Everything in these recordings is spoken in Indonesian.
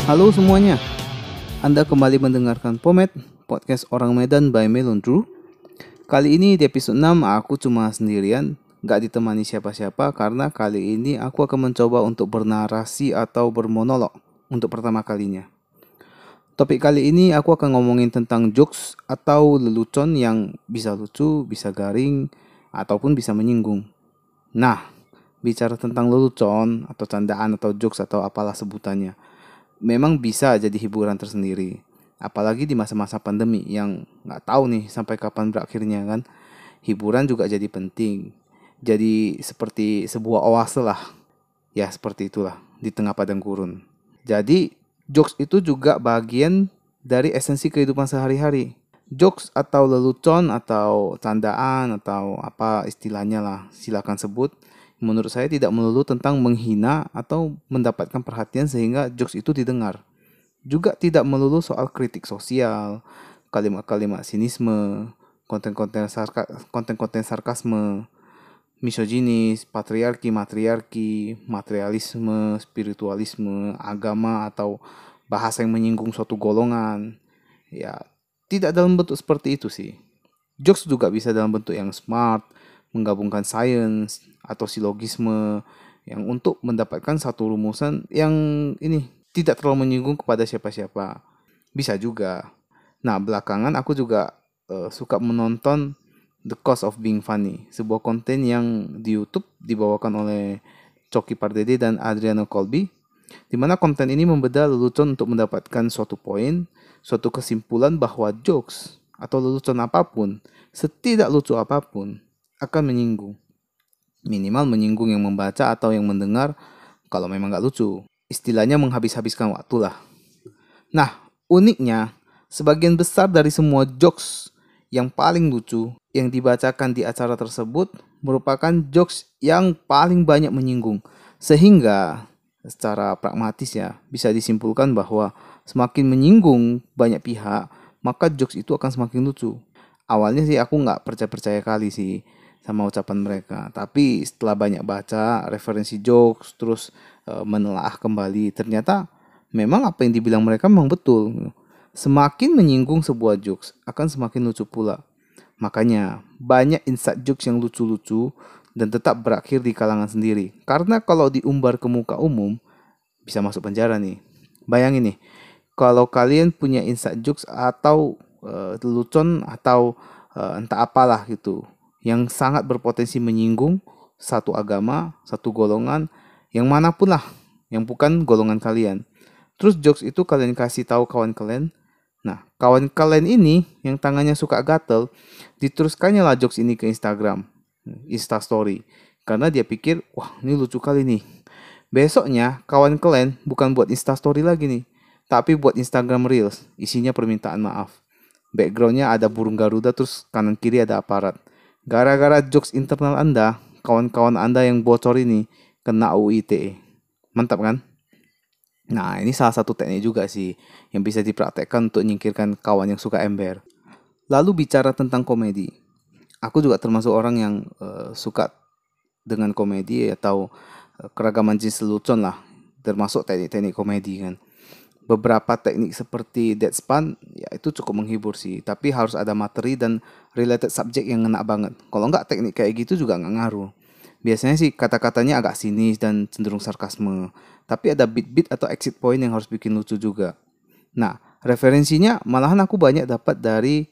Halo semuanya, Anda kembali mendengarkan Pomet, podcast orang Medan by Melon Drew. Kali ini di episode 6 aku cuma sendirian, gak ditemani siapa-siapa karena kali ini aku akan mencoba untuk bernarasi atau bermonolog untuk pertama kalinya. Topik kali ini aku akan ngomongin tentang jokes atau lelucon yang bisa lucu, bisa garing, ataupun bisa menyinggung. Nah, bicara tentang lelucon atau candaan atau jokes atau apalah sebutannya, memang bisa jadi hiburan tersendiri. Apalagi di masa-masa pandemi yang nggak tahu nih sampai kapan berakhirnya kan. Hiburan juga jadi penting. Jadi seperti sebuah oase lah. Ya seperti itulah di tengah padang gurun. Jadi jokes itu juga bagian dari esensi kehidupan sehari-hari. Jokes atau lelucon atau candaan atau apa istilahnya lah silakan sebut. Menurut saya tidak melulu tentang menghina atau mendapatkan perhatian sehingga jokes itu didengar. Juga tidak melulu soal kritik sosial, kalimat-kalimat sinisme, konten-konten sarkasme, misoginis, patriarki, materialisme, spiritualisme, agama atau bahasa yang menyinggung suatu golongan. Ya, tidak dalam bentuk seperti itu sih. Jokes juga bisa dalam bentuk yang smart, menggabungkan sains atau silogisme yang untuk mendapatkan satu rumusan yang ini tidak terlalu menyinggung kepada siapa-siapa. Bisa juga. Nah, belakangan aku juga suka menonton The Cost of Being Funny, sebuah konten yang di YouTube dibawakan oleh Coki Pardede dan Adriano Colby, di mana konten ini membedah lelucon untuk mendapatkan suatu poin, suatu kesimpulan bahwa jokes atau lelucon apapun, setidak lucu apapun, akan menyinggung. Minimal menyinggung yang membaca atau yang mendengar kalau memang gak lucu. Istilahnya menghabis-habiskan waktu lah. Nah, uniknya, sebagian besar dari semua jokes yang paling lucu yang dibacakan di acara tersebut merupakan jokes yang paling banyak menyinggung. Sehingga secara pragmatis ya, bisa disimpulkan bahwa semakin menyinggung banyak pihak, maka jokes itu akan semakin lucu. Awalnya sih aku nggak percaya kali sih sama ucapan mereka. Tapi setelah banyak baca referensi jokes, terus menelaah kembali, ternyata memang apa yang dibilang mereka memang betul. Semakin menyinggung sebuah jokes, akan semakin lucu pula. Makanya banyak inside jokes yang lucu-lucu dan tetap berakhir di kalangan sendiri. Karena kalau diumbar ke muka umum, bisa masuk penjara nih. Bayangin nih, kalau kalian punya inside jokes atau lelucon atau entah apalah gitu yang sangat berpotensi menyinggung satu agama, satu golongan, yang manapun lah, yang bukan golongan kalian. Terus jokes itu kalian kasih tahu kawan kalian. Nah, kawan kalian ini yang tangannya suka gatel, diteruskannya lah jokes ini ke Instagram, Insta Story. Karena dia pikir, wah ini lucu kali nih. Besoknya, kawan kalian bukan buat Insta Story lagi nih, tapi buat Instagram Reels, isinya permintaan maaf. Backgroundnya ada burung Garuda, terus kanan kiri ada aparat. Gara-gara jokes internal Anda, kawan-kawan Anda yang bocor ini kena UU ITE. Mantap kan? Nah, ini salah satu teknik juga sih yang bisa dipraktekkan untuk menyingkirkan kawan yang suka ember. Lalu bicara tentang komedi. Aku juga termasuk orang yang suka dengan komedi atau keragaman jenis lelucon lah. Termasuk teknik-teknik komedi kan. Beberapa teknik seperti deadpan ya itu cukup menghibur sih, tapi harus ada materi dan related subject yang ngena banget. Kalau nggak teknik kayak gitu juga nggak ngaruh. Biasanya sih kata-katanya agak sinis dan cenderung sarkasme, tapi ada beat-beat atau exit point yang harus bikin lucu juga. Nah, referensinya malahan aku banyak dapat dari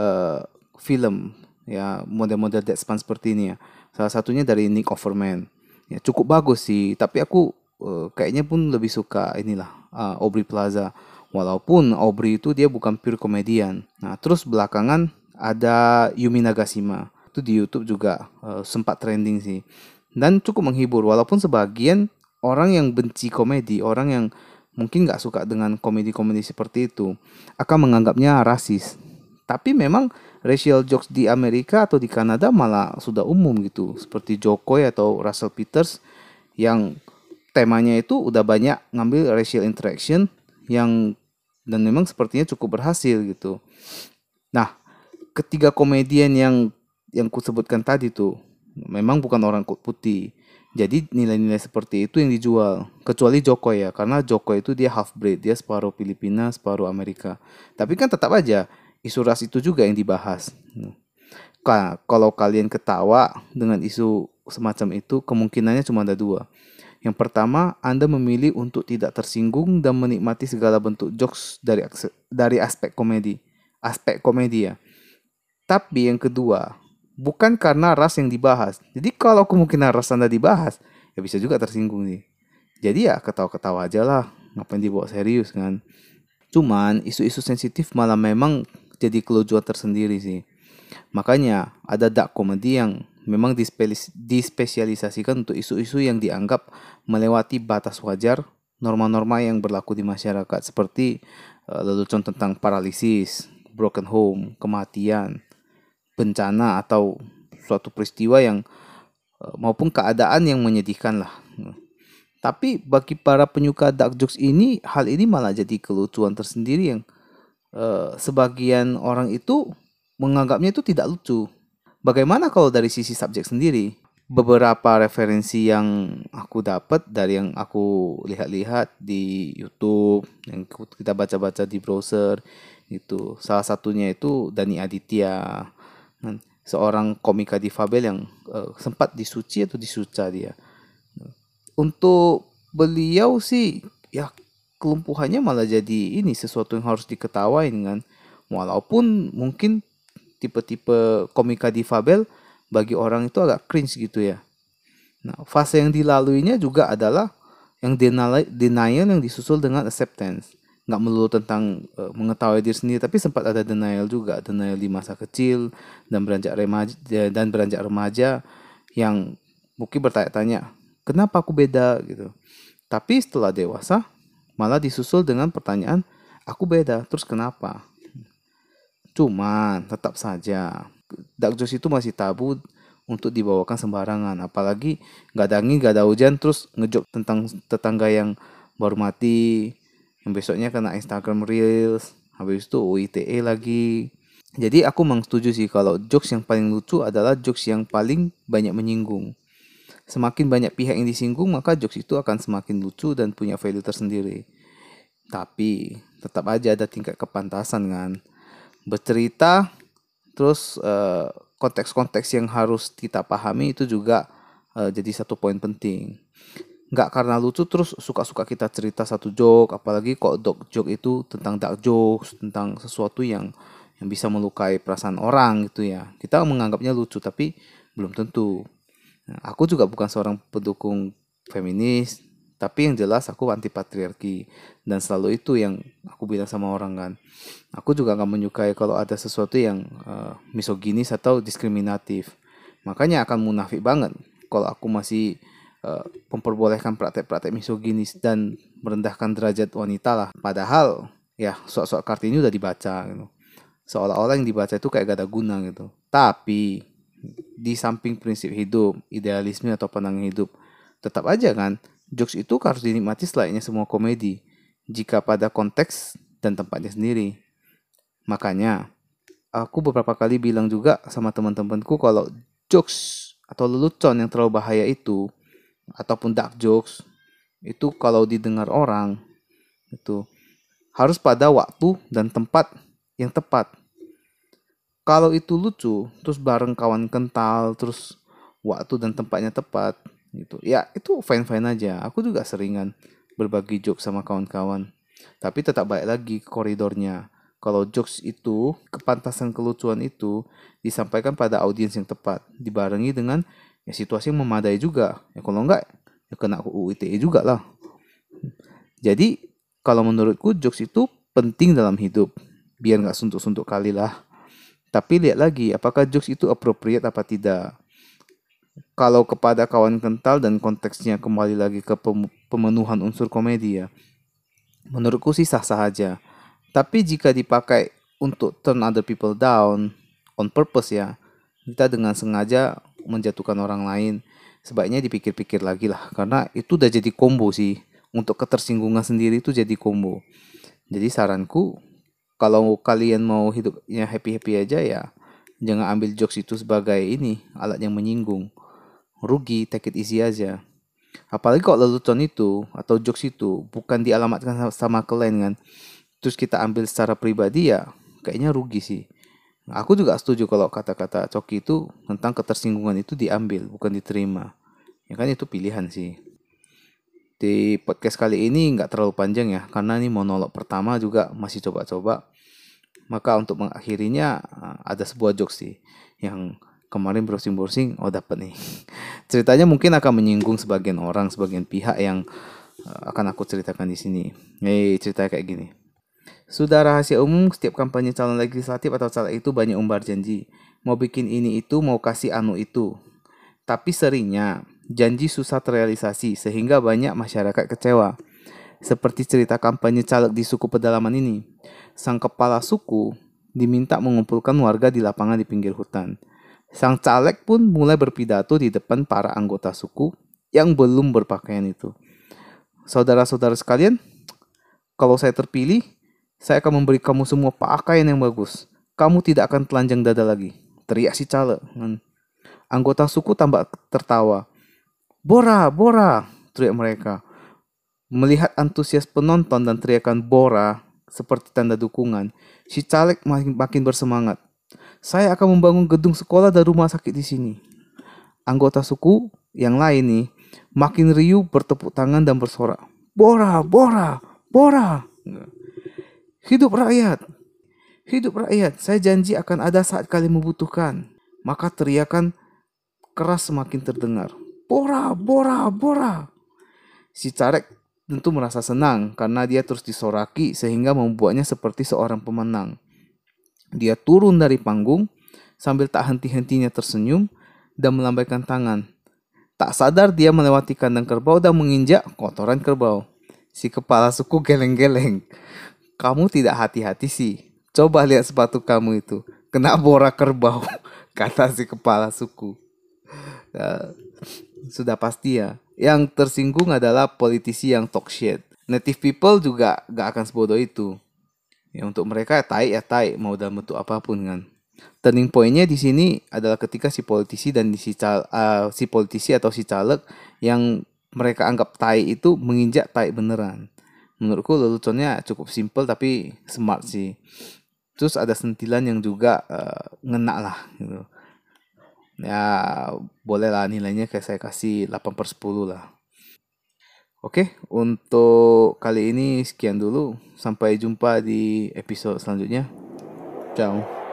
film ya, model-model deadpan seperti ini ya. Salah satunya dari Nick Offerman. Ya cukup bagus sih, tapi aku kayaknya pun lebih suka inilah Aubrey Plaza. Walaupun Aubrey itu dia bukan pure komedian. Nah, terus belakangan ada Yumi Nagashima. Itu di YouTube juga sempat trending sih. Dan cukup menghibur. Walaupun sebagian orang yang benci komedi, orang yang mungkin nggak suka dengan komedi-komedi seperti itu, akan menganggapnya rasis. Tapi memang racial jokes di Amerika atau di Kanada malah sudah umum gitu. Seperti Jokowi atau Russell Peters yang temanya itu udah banyak ngambil racial interaction yang dan memang sepertinya cukup berhasil gitu. Nah, ketiga komedian yang ku sebutkan tadi tuh memang bukan orang kulit putih. Jadi nilai-nilai seperti itu yang dijual. Kecuali Joko ya, karena Joko itu dia half breed, dia separuh Filipina, separuh Amerika. Tapi kan tetap aja isu ras itu juga yang dibahas. Kalau kalian ketawa dengan isu semacam itu, kemungkinannya cuma ada dua. Yang pertama, Anda memilih untuk tidak tersinggung dan menikmati segala bentuk jokes dari aspek komedi ya. Tapi yang kedua, bukan karena ras yang dibahas. Jadi kalau kemungkinan ras Anda dibahas, ya bisa juga tersinggung nih. Jadi ya ketawa-ketawa aja lah, ngapain dibawa serius kan. Cuman isu-isu sensitif malah memang jadi kelucuan tersendiri sih. Makanya ada dark comedy yang memang dispesialisasikan untuk isu-isu yang dianggap melewati batas wajar, norma-norma yang berlaku di masyarakat seperti lelucon tentang paralisis, broken home, kematian, bencana atau suatu peristiwa yang maupun keadaan yang menyedihkan lah. Tapi bagi para penyuka dark jokes ini, hal ini malah jadi kelucuan tersendiri yang sebagian orang itu menganggapnya itu tidak lucu. Bagaimana kalau dari sisi subjek sendiri? Beberapa referensi yang aku dapat dari yang aku lihat-lihat di YouTube, yang kita baca-baca di browser itu. Salah satunya itu Dani Aditya, seorang komika difabel yang sempat disuci atau disuca dia. Untuk beliau sih ya kelumpuhannya malah jadi ini sesuatu yang harus diketawain kan. Walaupun mungkin tipe-tipe komika difabel bagi orang itu agak cringe gitu ya. Nah, fase yang dilaluinya juga adalah yang denial yang disusul dengan acceptance. Nggak melulu tentang mengetahui diri sendiri, tapi sempat ada denial juga. Denial di masa kecil dan beranjak remaja yang mungkin bertanya-tanya, kenapa aku beda gitu. Tapi setelah dewasa, malah disusul dengan pertanyaan, aku beda, terus kenapa? Cuman tetap saja dark jokes itu masih tabu untuk dibawakan sembarangan. Apalagi gak ada angin, gak ada hujan, terus ngejok tentang tetangga yang baru mati, yang besoknya kena Instagram Reels, habis itu UITE lagi. Jadi aku memang setuju sih kalau jokes yang paling lucu adalah jokes yang paling banyak menyinggung. Semakin banyak pihak yang disinggung, maka jokes itu akan semakin lucu dan punya value tersendiri. Tapi tetap aja ada tingkat kepantasan kan. Bercerita terus konteks-konteks yang harus kita pahami itu juga jadi satu poin penting. Nggak karena lucu terus suka-suka kita cerita satu joke, apalagi kok joke itu tentang dark jokes, tentang sesuatu yang bisa melukai perasaan orang gitu ya. Kita menganggapnya lucu tapi belum tentu. Nah, aku juga bukan seorang pendukung feminis, tapi yang jelas aku anti patriarki dan selalu itu yang aku bilang sama orang kan. Aku juga nggak menyukai kalau ada sesuatu yang misoginis atau diskriminatif. Makanya akan munafik banget kalau aku masih memperbolehkan praktek-praktek misoginis dan merendahkan derajat wanita lah. Padahal ya soal-soal Kartini udah dibaca gitu. Seolah-olah yang dibaca itu kayak gak ada guna gitu. Tapi di samping prinsip hidup, idealisme atau pandangan hidup, tetap aja kan jokes itu harus dinikmati selayaknya semua komedi jika pada konteks dan tempatnya sendiri. Makanya aku beberapa kali bilang juga sama teman-temanku kalau jokes atau lelucon yang terlalu bahaya itu ataupun dark jokes itu kalau didengar orang itu harus pada waktu dan tempat yang tepat. Kalau itu lucu, terus bareng kawan kental, terus waktu dan tempatnya tepat, gitu. Ya itu fine-fine aja. Aku juga seringan berbagi jokes sama kawan-kawan. Tapi tetap balik lagi ke koridornya. Kalau jokes itu, kepantasan kelucuan itu disampaikan pada audiens yang tepat, dibarengi dengan ya, situasi yang memadai juga. Ya kalau enggak, ya kena UU ITE juga lah. Jadi kalau menurutku jokes itu penting dalam hidup, biar nggak suntuk-suntuk kali lah. Tapi lihat lagi, apakah jokes itu appropriate apa tidak. Kalau kepada kawan kental dan konteksnya kembali lagi ke pemenuhan unsur komedi ya, menurutku sih sah-sah aja. Tapi jika dipakai untuk turn other people down, on purpose ya, kita dengan sengaja menjatuhkan orang lain, sebaiknya dipikir-pikir lagi lah. Karena itu udah jadi combo sih. Untuk ketersinggungan sendiri itu jadi combo. Jadi saranku, kalau kalian mau hidupnya happy-happy aja ya, jangan ambil jokes itu sebagai ini, alat yang menyinggung. rugi, take it easy aja. Apalagi kalau lelucon itu atau jokes itu bukan dialamatkan sama klien kan, terus kita ambil secara pribadi, ya kayaknya rugi sih. Aku juga setuju kalau kata-kata Coki itu tentang ketersinggungan itu diambil, bukan diterima. Ya kan itu pilihan sih. Di podcast kali ini nggak terlalu panjang ya, karena ini monolog pertama juga masih coba-coba. Maka untuk mengakhirinya ada sebuah jokes sih yang kemarin browsing-browsing, oh dapat nih. Ceritanya mungkin akan menyinggung sebagian orang, sebagian pihak yang akan aku ceritakan di sini. Ceritanya kayak gini. Sudah rahasia umum, setiap kampanye calon legislatif atau caleg itu banyak umbar janji. Mau bikin ini itu, mau kasih anu itu. Tapi seringnya, janji susah terrealisasi sehingga banyak masyarakat kecewa. Seperti cerita kampanye caleg di suku pedalaman ini. Sang kepala suku diminta mengumpulkan warga di lapangan di pinggir hutan. Sang caleg pun mulai berpidato di depan para anggota suku yang belum berpakaian itu. Saudara-saudara sekalian, kalau saya terpilih, saya akan memberi kamu semua pakaian yang bagus. Kamu tidak akan telanjang dada lagi. Teriak si caleg. Anggota suku tambah tertawa. Bora, Bora, teriak mereka. Melihat antusias penonton dan teriakan Bora seperti tanda dukungan, si caleg makin bersemangat. Saya akan membangun gedung sekolah dan rumah sakit di sini. Anggota suku yang lain nih makin riuh bertepuk tangan dan bersorak. Bora, Bora, Bora. Hidup rakyat. Hidup rakyat. Saya janji akan ada saat kalian membutuhkan. Maka teriakan keras semakin terdengar. Bora, Bora, Bora. Si caleg tentu merasa senang karena dia terus disoraki sehingga membuatnya seperti seorang pemenang. Dia turun dari panggung sambil tak henti-hentinya tersenyum dan melambaikan tangan. Tak sadar dia melewati kandang kerbau dan menginjak kotoran kerbau. Si kepala suku geleng-geleng. Kamu tidak hati-hati sih. Coba lihat sepatu kamu itu. Kena bora kerbau, kata si kepala suku. Ya, sudah pasti ya. Yang tersinggung adalah politisi yang talk shit. Native people juga gak akan sebodoh itu. Ya untuk mereka ya tai, mau dalam bentuk apapun kan. Turning pointnya di sini adalah ketika si politisi dan si politisi atau si caleg yang mereka anggap tai itu menginjak tai beneran. Menurutku leluconnya cukup simple tapi smart sih. Terus ada sentilan yang juga ngena lah gitu. Ya boleh lah nilainya kayak saya kasih 8/10 lah. Oke, untuk kali ini sekian dulu. Sampai jumpa di episode selanjutnya. Ciao.